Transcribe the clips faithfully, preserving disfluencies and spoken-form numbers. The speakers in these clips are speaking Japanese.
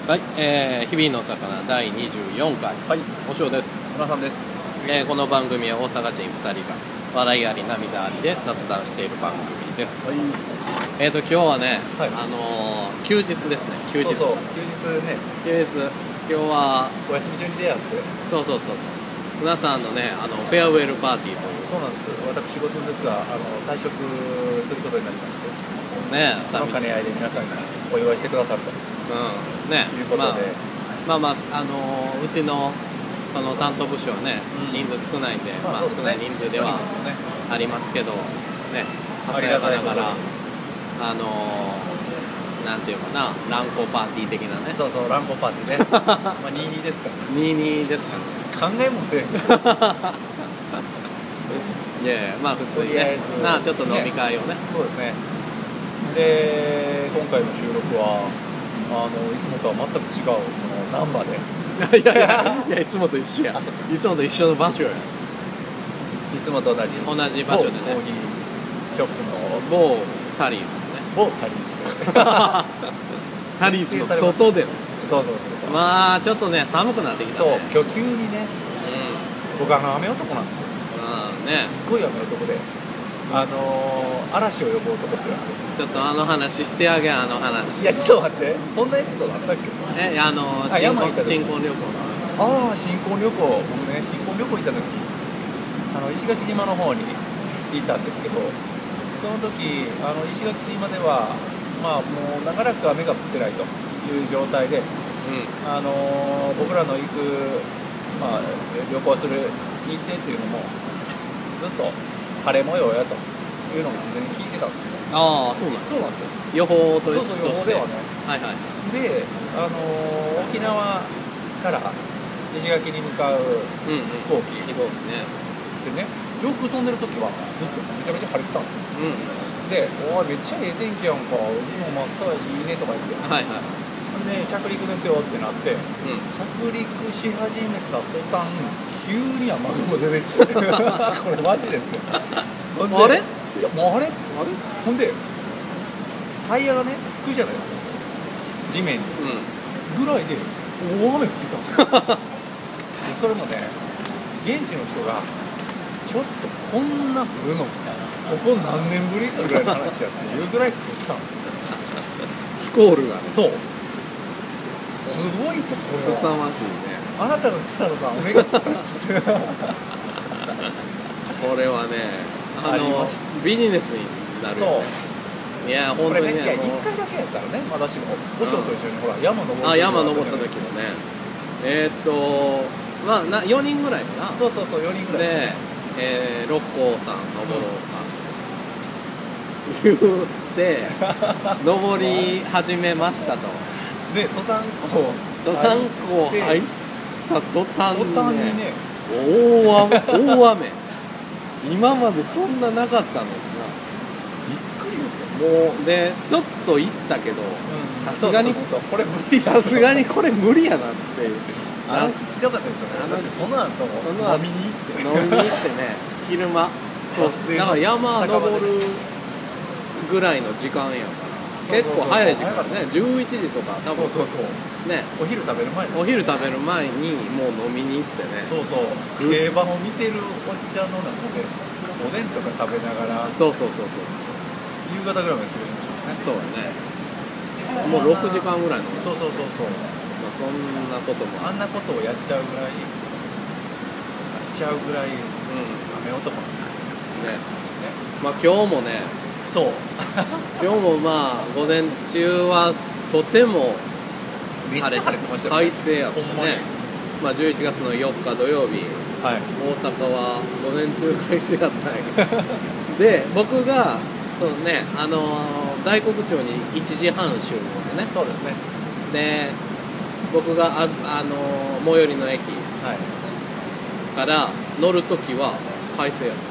はい、えー、日々の魚だいにじゅうよんかい、 はい、 おしょうです。 村さんです。 えー、この番組は大阪人ふたりが笑いあり涙ありで雑談している番組です。はい、えーと今日はね、はい、あのー、休日ですね。休日。 そうそう、休日ね。 休日。今日はお休み中に出会って。 そうそうそうそう。皆さんのね、あのフェアウェルパーティーという。 そうなんです。私事ですが、あの退職することになりまして。 ね、 その兼ね合いで皆さんがお祝いしてくださると。 うん、ね、 いうことで。 まあ、まあまああのー、うちのその担当部署はね、うん、人数少ないんで、まあ、まあ、少ない人数ではありますけど、ね、ささやかながら、あのー、なんていうかな、乱交パーティー的なね。 そうそう、乱交パーティーね。まあにじゅうにですからね。 にじゅうにですよね。 考えもせえへん。 いやいや、まあ普通にね、まあちょっと飲み会をね。 そうですね。で、今回の収録は、あのいつもとは全く違うこの難波で。 いやいやいや、いつもと一緒や。いつもと一緒の場所や。いつもと同じ同じ場所でね。 コーヒーショップの某タリーズのね。 某タリーズで。 タリーズの外での。 そうそうそうそう。 まあちょっとね寒くなってきたね。 そう、今日急にね。うん。僕あの雨男なんですよ。 うんね。 すっごい雨男で。あのー、嵐を呼ぶ男って言われてちょっとあの話してあげあの話。 いやちょっと待って、そんなエピソードあったっけ？ えあのー、新婚新婚旅行の話。ああ新婚旅行、僕ね新婚旅行行った時にあの石垣島の方に行ったんですけど、その時あの石垣島ではまあもう長らく雨が降ってないという状態で、うん、あのー、僕らの行く、まあ、旅行する日程っていうのもずっと晴れ模様やというのを事前に聞いてたんですよ。 ああ、そうなんですそうなんですよ。予報とそうそう予報ではね。 はいはい。 で、あのー、沖縄から石垣に向かう飛行機、 飛行機ね。 でね、上空飛んでる時はずっとめちゃめちゃ晴れてたんですよ。うん、で、おいめっちゃええ天気やんか、海も真っ青やしいいねとか言って。はいはい。で着陸ですよってなって、うん、着陸し始めた途端急に雨雲出てきてこれマジですよ。 あれ？ いやもうあれ？あれ？ほんでタイヤがねつくじゃないですか地面に、うん、ぐらいで大雨降ってきたんですよ。でそれもね現地の人がちょっとこんな降るのここ何年ぶりかぐらいの話やっていうぐらい降ってたんですよ。 スコールがそうすごいところすさまじいね。 あなたが来たのかおめが来たっつってこれはねあのビジネスになるよね。いや本当にね、 いやいっかいだけやったらね私もお仕事と一緒にほら山登ったあ山登った時もねえっとまあなよにんぐらいかな。 そうそうそうよにんぐらいでえ六甲山登ろうか言うて登り始めましたと。 で登山口登山口入った途端に ね, 途端にね大雨大雨今までそんななかったのにな。 びっくりですよ。 もうでちょっと行ったけどさすがにこれ無理さすがにこれ無理やなって話ひどかったですよね。あのその後飲みに行って飲みに行ってね昼間そうだから山登るぐらいの時間やから結構早い時間ねじゅういちじとか多分そうそうそうねお昼食べる前お昼食べる前にもう飲みに行ってねそうそう競馬を見てるおっちゃんの中でおでんとか食べながらそうそうそうそう夕方ぐらいまで過ごしましたね。 そうねもうろくじかんぐらいのそうそうそうそう、 まあ、そんなこともあんなことをやっちゃうぐらいしちゃうぐらい、うん、雨男なんだねまあ今日もねそう今日もまあ午前中はとてもめっちゃ晴れてましたよね快晴やったね。まあじゅういちがつのよっか土曜日、はい、大阪は午前中快晴やったんやけどで僕がそのねあのー、大黒町にいちじはん集合でね。 そうですね。 で僕があ、あのー、最寄りの駅から乗るときは快晴やった。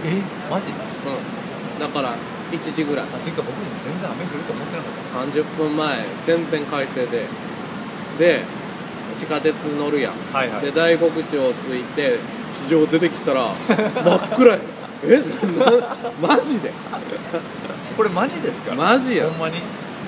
えマジ？ うんだからいちじぐらい。 あていうか僕も全然雨降ると思ってなかった。 さんじゅっぷんまえ全然快晴でで地下鉄乗るやん、はいはい、で大黒町を着いて地上出てきたら真っ暗やえなマジでこれマジですか？ マジやほんまに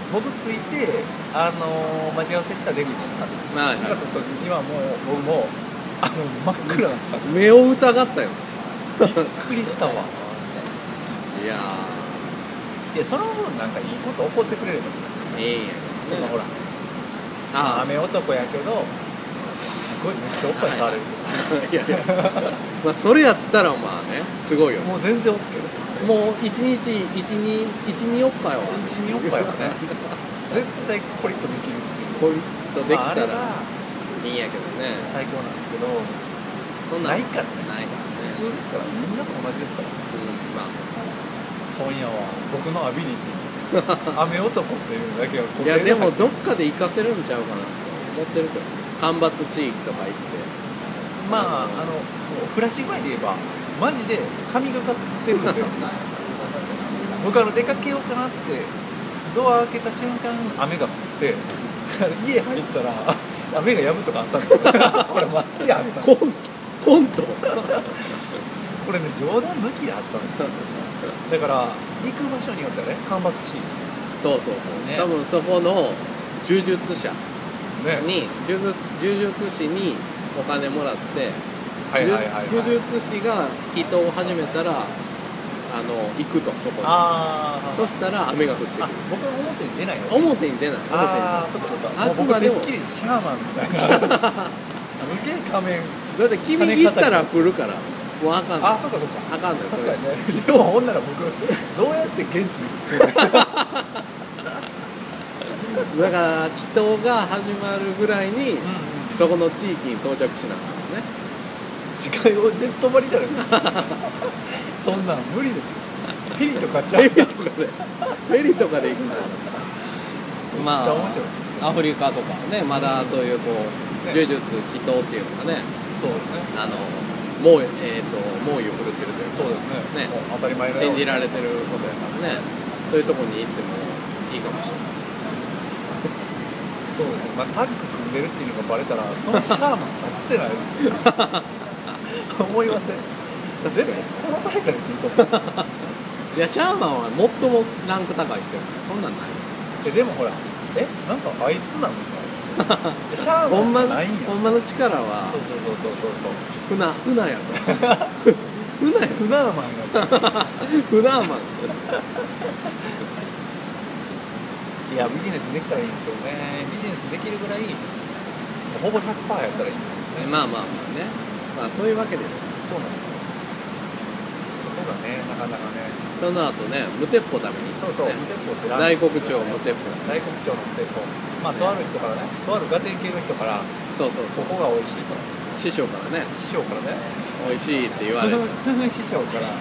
僕ついて、あのー、待ち合わせした出口さんですはいはいなかった時にはもう僕もあの真っ暗だった目を疑ったよびっくりしたわいやいやその分なんかいいこと起こってくれればいいんですよーいいやそんなほらあ雨男やけどすごいめっちゃおっぱい触れるいやいやまあそれやったらまあねすごいよもう全然 OK ですもういちにちいちにいちにおっぱいは一二おっぱいはね絶対コリッとできるっていうコリッとできたらまあ、あれがいいんやけどね最高なんですけどそんなんないからねないからね普通ですからみんなと同じですからうんまあそういやは僕のアビリティ雨男っていうだけは固いやでも入ってるどっかで活かせるんちゃうかなと思ってるけど干ばつ地域とか行ってまああのフラッシュ具合で言えばマジで神がかってるんで僕あの出かけようかなってドア開けた瞬間雨が降って家入ったら雨が止むとかあったんですよこれマジであったコントコントこれね冗談抜きであったんですよだから行く場所によってはね干ばつ地域そうそうそう、 ね多分そこの呪術者ねに呪術呪術師にお金もらってはいはいはいはい呪術師が祈祷を始めたらあの行くとそこにああそしたら雨が降ってくある僕は表に出ないの表に出ないああそっかそっかあくまでももう僕てっきりシャーマンみたいなすげえ仮面表にだって君行ったら来るからもうあかんのあそっかそっかあかんのよ確かにねでもほんなら僕どうやって現地に着くのだから祈祷が始まるぐらいに、 うんそこの地域に到着しなかったね時間をジェットバリじゃないですかそんなん無理でしょヘリとかちゃうフェリーとかでフェリーとかで行くのよまめっちゃ面白いですあアフリカとかねまだそういうこう、 ね呪術祈祷っていうのがねそうですねあの猛威えっ、と猛威を振るってるというかそうですねねもう当たり前のように信じられてることやからねそういうとこに行ってもいいかもしれないそうですね、まあ、タッグ組んでるっていうのがバレたらそのシャーマン立つせないですよ思いません絶対殺されたりすると思ういやシャーマンは最もランク高い人やからそんなんないえでもほらえなんかあいつなのみたいなシャーほんまマンじゃないんやほんまの力はそうそうそうそうそうそう船船やと船やフナーマンが船マンいやビジネスできたらいいんですけどねビジネスできるぐらいほぼ ひゃくパーセント やったらいいんですけどねまあまあまあねまあそういうわけでねそうなんですよそこがねなかなかねその後ね無鉄砲食べに行って、ね、 そうそう無鉄砲って大黒町無鉄砲大黒町の無鉄砲まあとある人からねとあるガテン系の人からそうそうそそうこが美味しいと師匠からね師匠からね美味しいって言われて、うん、 夫婦師匠から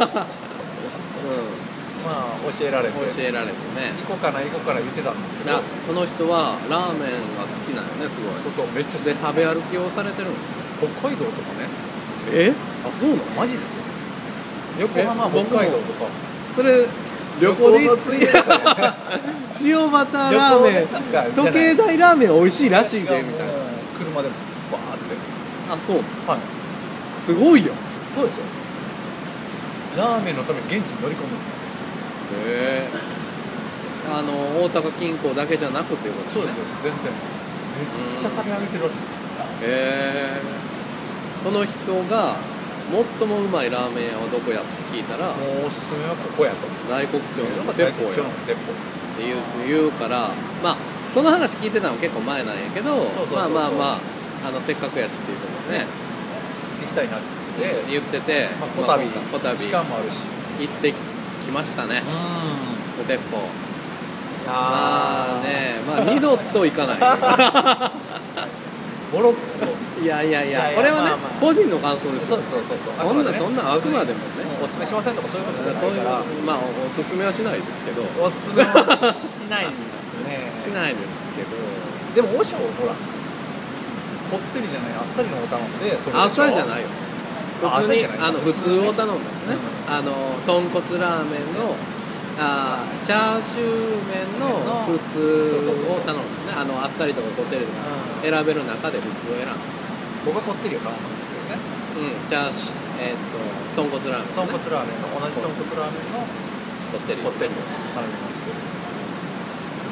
まあ教えられて教えられてね行こうかな行こうかな言ってたんですけどだこの人はラーメンが好きなのねすごいそうそうめっちゃ好きで食べ歩きをされてるの北海道とかねえあそうなのマジですよ横浜え北海道とかそれ旅行で行っ旅行のついでとかね塩バターラーメン旅行でとかじゃない時計台ラーメン美味しいらしいでみたいな車でもバーってあそうはいすごいよそうですよラーメンのために現地に乗り込むへえあの大阪近郊だけじゃなくていうことそうですよ全然めっちゃ食べ歩いてるらしいですへえその人が最もうまいラーメン屋はどこやって聞いたらもうおすすめはここやと大黒町の大鉄砲や黒町の鉄砲って言う言うからまあその話聞いてたの結構前なんやけどそうそうそうそうまあまあまああのせっかくやしっていうことでね行きたいなって言ってて、 言ってて、 まあ、こまあたび今回こたび時間もあるし行ってききましたねうんお鉄砲いやまあねまあ二度と行かないボロクソいやいやいいやいややこれはね、 まあまあ個人の感想ですよそうそうそうそうそんなそんなあくまでもねおすすめしませんとかそういうことじゃないそういうからまあおすすめはしないですけどおすすめはしないですねしないですけどでも和尚ほらこってりじゃないあっさりのを頼んでそれでしょあっさりじゃないよあ普通にあっさりじゃないあの普通を頼んだのね、 うんあの豚骨ラーメンのあーチャーシュー麺の普通を頼んだねあのあっさりとかこってりとか選べる中で普通を選んだ僕はこってりを頼んだんですけどねうんチャーシューえーっと豚骨ラーメン、ね、 豚骨ラーメンの同じ豚骨ラーメンのこってりこってりを頼みまして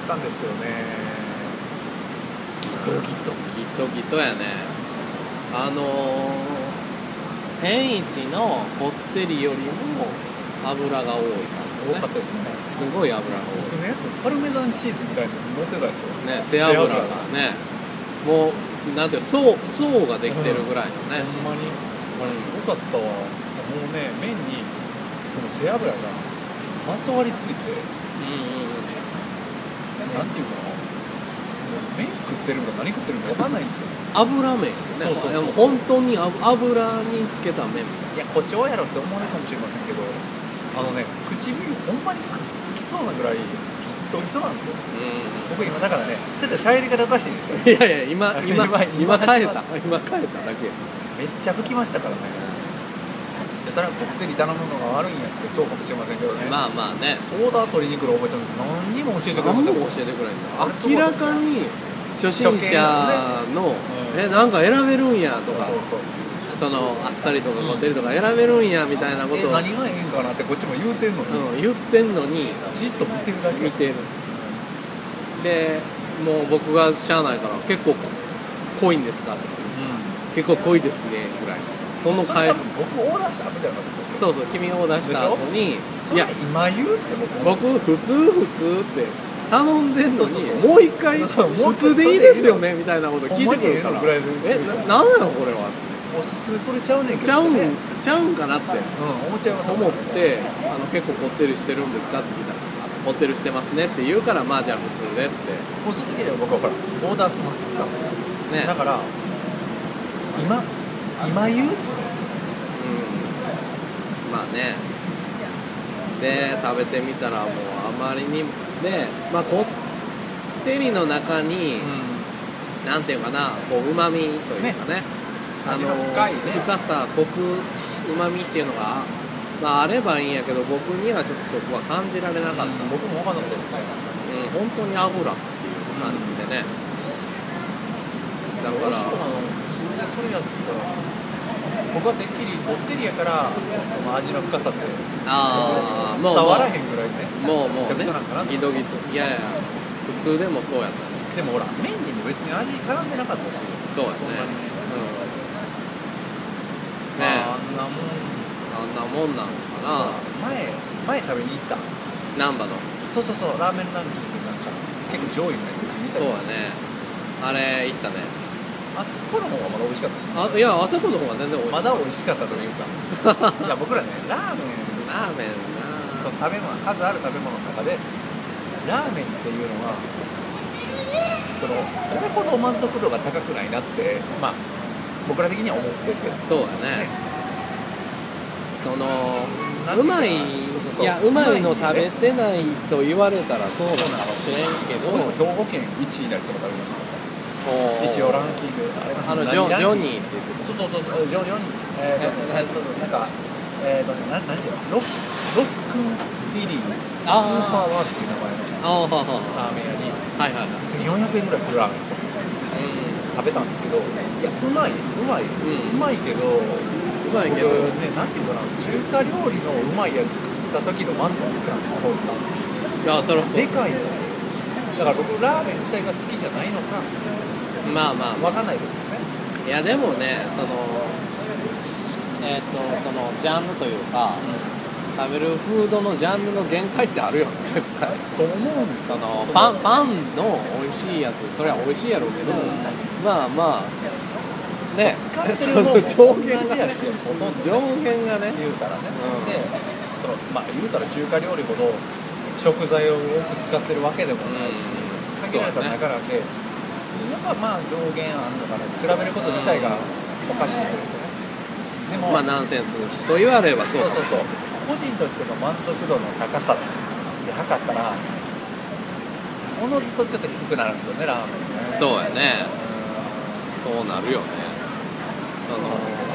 ったんですけどね。ギトギトギトギトやね。あのー天一のこってりよりも油が多い感じ、ね、 多かったですね。 すごい油が僕のやつパルメザンチーズみたいなの乗ってたんですよ多いね。背脂がね、もうなんていう層層ができてるぐらいのね、 うん、ほんまにあれすごかったわ、うん、もうね麺にその背脂がまとわりついて、うんうんうん、なんていうかな、麺食ってるのか何食ってるのか分かんないんですよ。 油麺ね。 そうそうそう、 本当に油につけた麺。 いや誇張やろって思われるかもしれませんけど、あのね唇ほんまにくっつきそうなぐらいギットギトなんですよ、うん、僕今だからねちょっと喋り方おかしいんですよ。 いやいや今今今変えた今変えただけ。 めっちゃ吹きましたからね。でそれはこってり頼むのが悪いんやってそうかもしれませんけどね。 まあまあね、 オーダー取りに来るおばちゃん何にも教えてくれません。 何も教えてくれんだ。明らかに初心者の、ね、えなんか選べるんやとか、そうそうそう、そのあっさりとかこってりとか選べるんやみたいなことを、 え何がええんかなってこっちも言うてんのに、 うん、言ってんのにじっと見てるだけ見てる。でもう僕がしゃあないから結構濃いんですかとか、うん、結構濃いですねぐらい。そのそれ多分僕オーダーした後じゃなかったですよ。 そうそう、君がオーダーした後に、 いや今言うって僕僕普通普通って頼んでんのに、そうそうそう、もう一回普通でいいですよねみたいなこと聞いてくるから、えななんなのこれはおすすめそれちゃうねんけど、 ちゃうんちゃうんかなって、うん、 思っちゃいます。 思ってあの結構こってりしてるんですかって聞いたら、こってりしてますねって言うから、まあじゃあ普通でって。 もうその時には僕はほらオーダー済ませてたんですよ、ね、だから今今言うっすね。 うん、まあね。で食べてみたらもうあまりにで、まあこってりの中に、うん、なんていうかな、こう旨味というかね、ね、あの深いね、深さコク旨味っていうのが、まあ、あればいいんやけど、僕にはちょっとそこは感じられなかった、うん、 僕も分かんなかったですね、 うん、本当に油っていう感じでね、うん、だから普通でそれやったら僕はてっきりこってりやからその味の深さってあ伝わらへんぐらいね、 もうもうねギトギト、いやいや普通でもそうやったね。 でもほら麺にも別に味絡んでなかったし、 そうやね、うん、ね、 あんなもんあんなもんなんかな。 前前食べに行った難波の、 そうそうそう、ラーメンランキングなんか結構上位のやつ見た。 そうやね、あれ行ったね。 あそこの方がまだ美味しかったです、ね、 あいやあそこの方が全然美味しい、 まだ美味しかったというかいや僕らねラーメンラーメンな、 その食べ物数ある食べ物の中でラーメンっていうのはそのそれほど満足度が高くないなってまあ僕ら的には思ってて。 そうやね、ね、そのうまい、いやうまいの食べてないと言われたらそうなのかもしれんけど、 兵庫県いちいのやつとか食べました。一応ランキングあれあのジョジョニーって言ってそうそうそうジョジョニーえーとなんかえーとねな何ていうのロッロックンビリースーパーワールっていう名前のラーメン屋にはいはいはいせんよんひゃくえんぐらいするラーメンですよ、うん、食べたんですけど、いやうまいうまい、うん、うまいけどうまいけどね、なんていうかな、中華料理のうまいやつ作った時の満足感の方がいやそれはそうでかいんですよ。だから僕ラーメン自体が好きじゃないのかまあまあ分かんないですけどね。 いやでもね、そのえっ、ー、とそのジャンルというか、うん、食べるフードのジャンルの限界ってあるよね絶対。 と思うんですよ。 そのパンパンの美味しいやつ、それは美味しいやろうけど、うん、まあまあね、 使ってるもの上限がね、上限がね言うたらね、うん、でそのまあ言うたら中華料理ほど食材を多く使ってるわけでもないし、うん、限られた中だけ、やっぱまあ上限あるのかな、比べること自体がおかしいというかね。でもまあナンセンスと言われればそうそうそうそう、個人としての満足度の高さで測ったらおのずとちょっと低くなるんですよね、ラーメンね。 そうやね、そうなるよね。その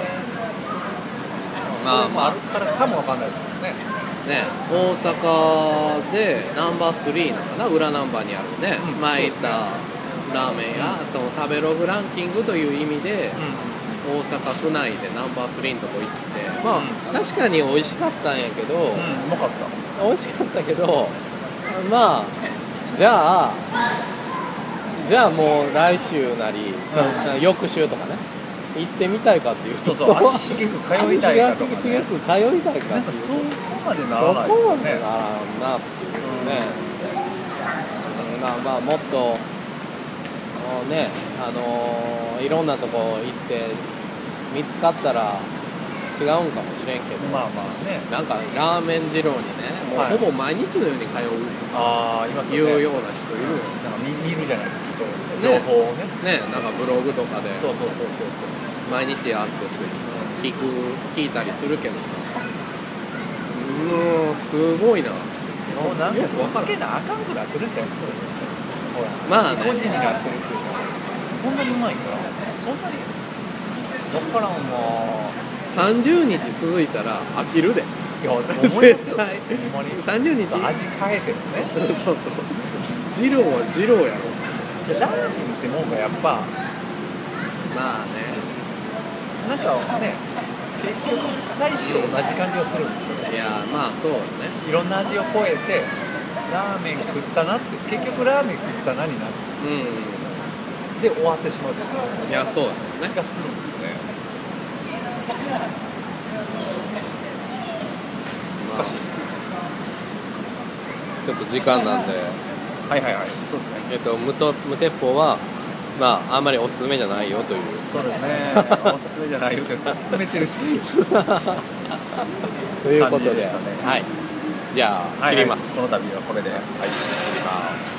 まあまああるからかもわかんないですけどね。 ね、大阪でナンバースリーなのかな、裏ナンバーにあるね、うん、前行ったラーメン屋、うん、その食べログランキングという意味で、うん、大阪府内でナンバースリーのとこ行って、まあ、うん、確かに美味しかったんやけど、うん、 うまかった美味しかったけど、まあじゃあじゃあもう来週なり、うん、翌週とかね行ってみたいかっていうと、 そうそう足しげく通いたいかとか、ね、 足しげく通いたいかっていうとなんかそこまでならないですよね。そこまでならんなっていうね、うん、まあまあもっとね、あのー、いろんなとこ行って見つかったら違うんかもしれんけど、 まあまあね、 なんかラーメン二郎にね、もうほぼ毎日のように通うとかいうような人いるよ、 なんか 見, 見るじゃないですか、そういう情報をねね、なんかブログとかでそうそうそうそうそう毎日アップして聞く聞いたりするけどさ、もうすごいな、 もうなんか続けなあかんくなってるんちゃいますよ、ほらまあね、 個人になってるっていうか、そんなにうまいからそんなに分からんわ。 さんじゅうにち続いたら飽きるで。 いや思いますよ、ほんまにさんじゅうにち味変えてもねそうそう、二郎は二郎やろ。 じゃあラーメンってもんがやっぱまあね、 なんかね結局最初同じ感じがするんですよね。 いやまあそうだね、 いろんな味を超えてラーメン食ったなって結局ラーメン食ったなになる、うん、で終わってしまうというか、 いやそうだね気がするんですよね。難しい、 ちょっと時間なんで、 はいはいはい、そうですね。 えっと無と無鉄砲はまああんまりおすすめじゃないよという。 そうですね。おすすめじゃないよって勧めてるし。 ということで、 ね、 はい。じゃあ、はいはい、切ります。 この度はこれで、はい、 切ります。